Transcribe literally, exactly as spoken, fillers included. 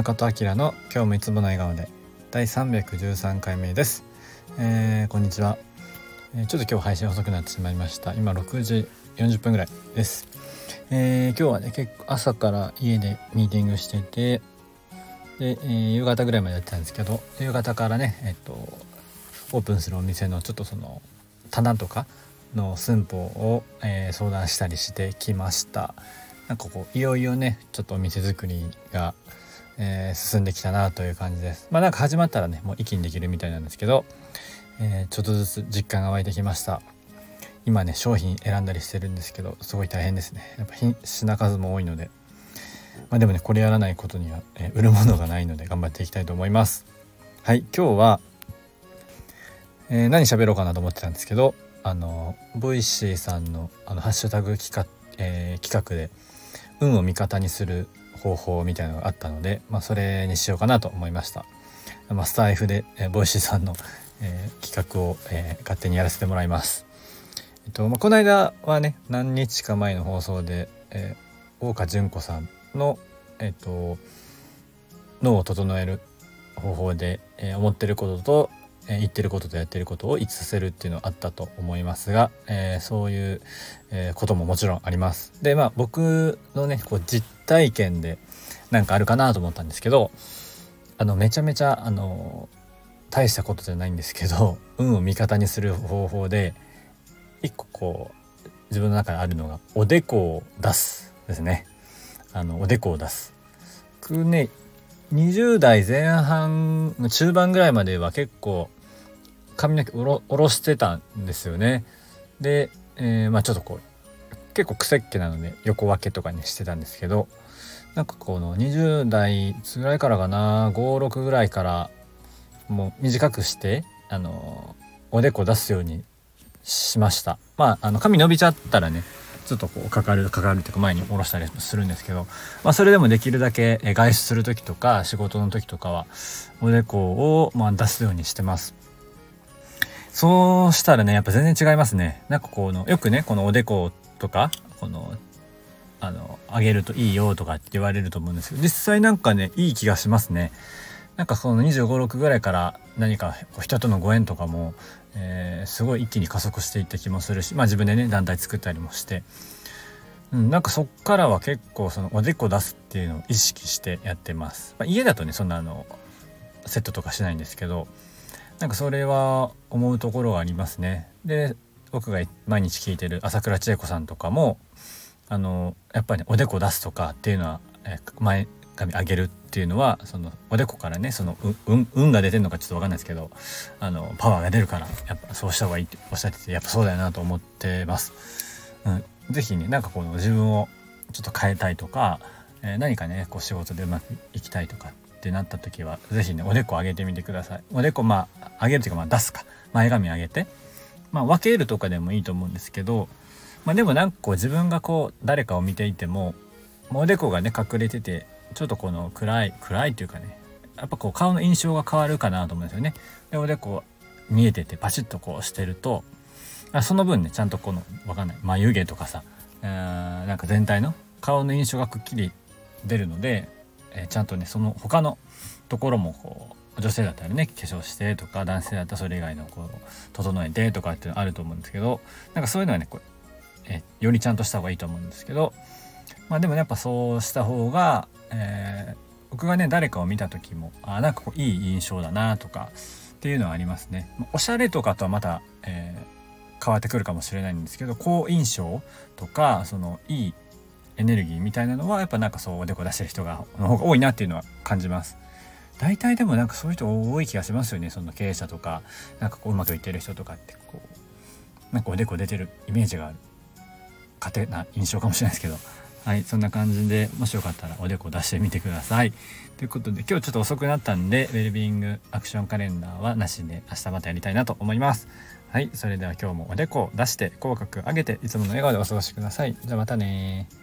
中戸明の今日もいつもの笑顔でだいさんびゃくじゅうさんかいめです。えー、こんにちは、えー、ちょっと今日配信遅くなってしまいました。今ろくじよんじゅっぷんぐらいです。えー、今日はね結構朝から家でミーティングしててで、えー、夕方ぐらいまでやってたんですけど、夕方からねえっとオープンするお店のちょっとその棚とかの寸法を、えー、相談したりしてきました。なんかこういよいよねちょっとお店作りが、えー、進んできたなという感じです。まあなんか始まったらねもう一気にできるみたいなんですけど、えー、ちょっとずつ実感が湧いてきました。今ね商品選んだりしてるんですけどすごい大変ですね。やっぱ品数も多いので、まあ、でもねこれやらないことには、えー、売るものがないので頑張っていきたいと思います。はい、今日は、えー、何喋ろうかなと思ってたんですけど、あのボイシーさんのあのハッシュタグ企画、えー、企画で運を味方にする方法みたいなのがあったので、まあ、それにしようかなと思いました。まあ、スタイフで、えー、ボイシーさんの、えー、企画を、えー、勝手にやらせてもらいます。えっとまあ、この間はね何日か前の放送で、えー、大岡純子さんの、えっと、脳を整える方法で、えー、思ってることと、えー、言ってることとやってることを一致させるっていうのはあったと思いますが、えー、そういう、えー、ことももちろんあります。でまあ僕のねこう実体験でなんかあるかなと思ったんですけど、あのめちゃめちゃあの大したことじゃないんですけど運を味方にする方法で一個こう自分の中であるのがおでこを出すですね。あのおでこを出す。僕ねにじゅう代前半の中盤ぐらいまでは結構髪の毛おろ、おろしてたんですよね。で、えー、まあちょっとこう結構癖っ気なので横分けとかにしてたんですけど、なんかこのにじゅう代ぐらいからかなご、ろくぐらいからもう短くしてあのおでこ出すようにしました。まああの髪伸びちゃったらねちょっとこうかかるかかるっていうか前に下ろしたりするんですけど、まあそれでもできるだけ外出する時とか仕事の時とかはおでこをまあ出すようにしてます。そうしたらねやっぱ全然違いますね。なんかこのよくねこのおでことかこのあの上げるといいよとかって言われると思うんですけど、実際なんかねいい気がしますね。なんかそのにじゅうご、ろくぐらいから何か人とのご縁とかも、えー、すごい一気に加速していった気もするし、まあ自分でね団体作ったりもして、うん、なんかそっからは結構そのおでこ出すっていうのを意識してやってます。まあ、家だとねそんなあのセットとかしないんですけど、なんかそれは思うところがありますね。で僕が毎日聞いてる朝倉千恵子さんとかもあのやっぱり、ね、おでこ出すとかっていうのは、えー、前髪上げるっていうのはそのおでこからねその運運が出てるのかちょっと分かんないですけど、あのパワーが出るからやっぱそうした方がいいっておっしゃっててやっぱそうだよなと思ってます。うん、ぜひねなんかこの自分をちょっと変えたいとか、えー、何かねこう仕事でうまくいきたいとかってなった時はぜひねおでこ上げてみてください。おでこまあ上げるというかまあ出すか前髪上げて、まあ分けるとかでもいいと思うんですけど、まあでもなんかこう自分がこう誰かを見ていてもおでこがね隠れててちょっとこの暗い暗いっていうかねやっぱこう顔の印象が変わるかなと思うんですよね。でおでこ見えててパチッとこうしてるとその分ねちゃんとこのわかんない眉毛とかさ、えー、なんか全体の顔の印象がくっきり出るので、えー、ちゃんとねその他のところもこう女性だったらね化粧してとか男性だったらそれ以外のこう整えてとかっていうのあると思うんですけど、なんかそういうのはねこう、えー、よりちゃんとした方がいいと思うんですけど、まあでもやっぱそうした方が、えー、僕がね誰かを見た時もあなんかこういい印象だなとかっていうのはありますね。おしゃれとかとはまた、えー、変わってくるかもしれないんですけど、好印象とかそのいいエネルギーみたいなのはやっぱなんかそうおでこ出してる人がの方が多いなっていうのは感じます。大体でもなんかそういう人多い気がしますよね。その経営者とかなんかこううまくいってる人とかってこうなんかおでこ出てるイメージがある勝手な印象かもしれないですけど、はい、そんな感じでもしよかったらおでこ出してみてください。ということで今日ちょっと遅くなったんでウェルビーイングアクションカレンダーはなしで明日またやりたいなと思います。はい、それでは今日もおでこを出して口角上げていつもの笑顔でお過ごしください。じゃあまたね。